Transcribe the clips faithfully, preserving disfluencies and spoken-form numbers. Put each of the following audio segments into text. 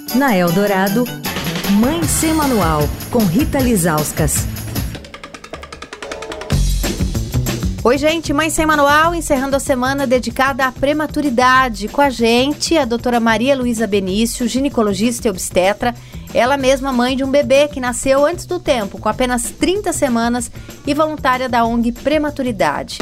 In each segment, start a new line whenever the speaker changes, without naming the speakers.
Na Eldorado, Mãe Sem Manual, com Rita Lizauskas.
Oi, gente, Mãe Sem Manual, encerrando a semana dedicada à prematuridade. Com a gente, a doutora Maria Luísa Benício, ginecologista e obstetra. Ela mesma mãe de um bebê que nasceu antes do tempo, com apenas trinta semanas e voluntária da O N G Prematuridade.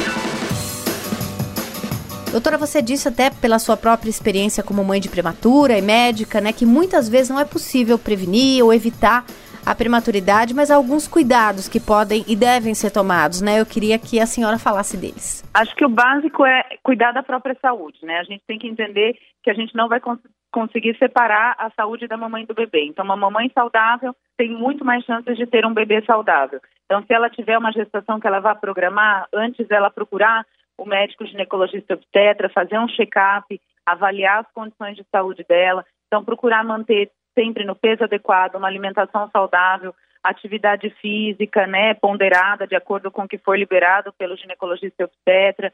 Doutora, você disse até pela sua própria experiência como mãe de prematura e médica, né, que muitas vezes não é possível prevenir ou evitar a prematuridade, mas há alguns cuidados que podem e devem ser tomados, né? Eu queria que a senhora falasse deles.
Acho que o básico é cuidar da própria saúde, né? A gente tem que entender que a gente não vai cons- conseguir separar a saúde da mamãe e do bebê. Então, uma mamãe saudável tem muito mais chances de ter um bebê saudável. Então, se ela tiver uma gestação que ela vá programar, antes dela procurar o médico ginecologista obstetra, fazer um check-up, avaliar as condições de saúde dela. Então, procurar manter sempre no peso adequado, uma alimentação saudável, atividade física, né, ponderada de acordo com o que for liberado pelo ginecologista obstetra,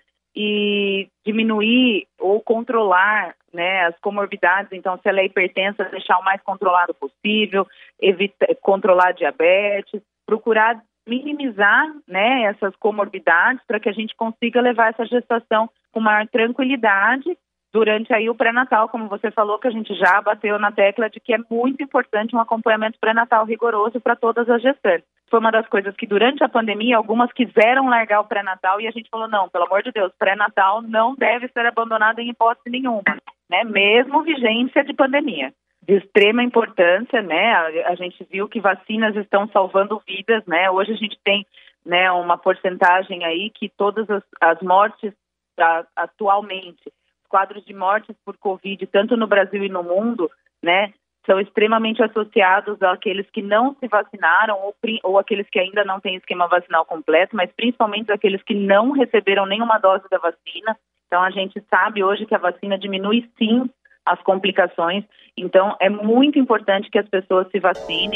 e diminuir ou controlar, né, as comorbidades. Então, se ela é hipertensa, deixar o mais controlado possível, evitar, controlar a diabetes, procurar minimizar, né, essas comorbidades para que a gente consiga levar essa gestação com maior tranquilidade durante aí o pré-natal, como você falou, que a gente já bateu na tecla de que é muito importante um acompanhamento pré-natal rigoroso para todas as gestantes. Foi uma das coisas que durante a pandemia algumas quiseram largar o pré-natal e a gente falou, não, pelo amor de Deus, pré-natal não deve ser abandonado em hipótese nenhuma, né, mesmo vigência de pandemia. De extrema importância, né, a, a gente viu que vacinas estão salvando vidas, né, hoje a gente tem, né, uma porcentagem aí que todas as, as mortes a, atualmente, quadros de mortes por Covid, tanto no Brasil e no mundo, né, são extremamente associados àqueles que não se vacinaram ou, ou aqueles que ainda não têm esquema vacinal completo, mas principalmente aqueles que não receberam nenhuma dose da vacina. Então, a gente sabe hoje que a vacina diminui, sim, as complicações. Então, é muito importante que as pessoas se vacinem.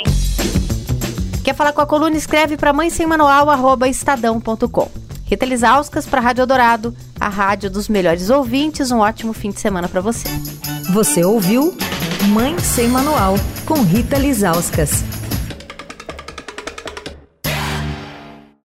Quer falar com a coluna? Escreve para mãe sem manual arroba estadão ponto com. Rita Lizauskas para a Rádio Eldorado, a rádio dos melhores ouvintes. Um ótimo fim de semana para você.
Você ouviu Mãe Sem Manual, com Rita Lizauskas.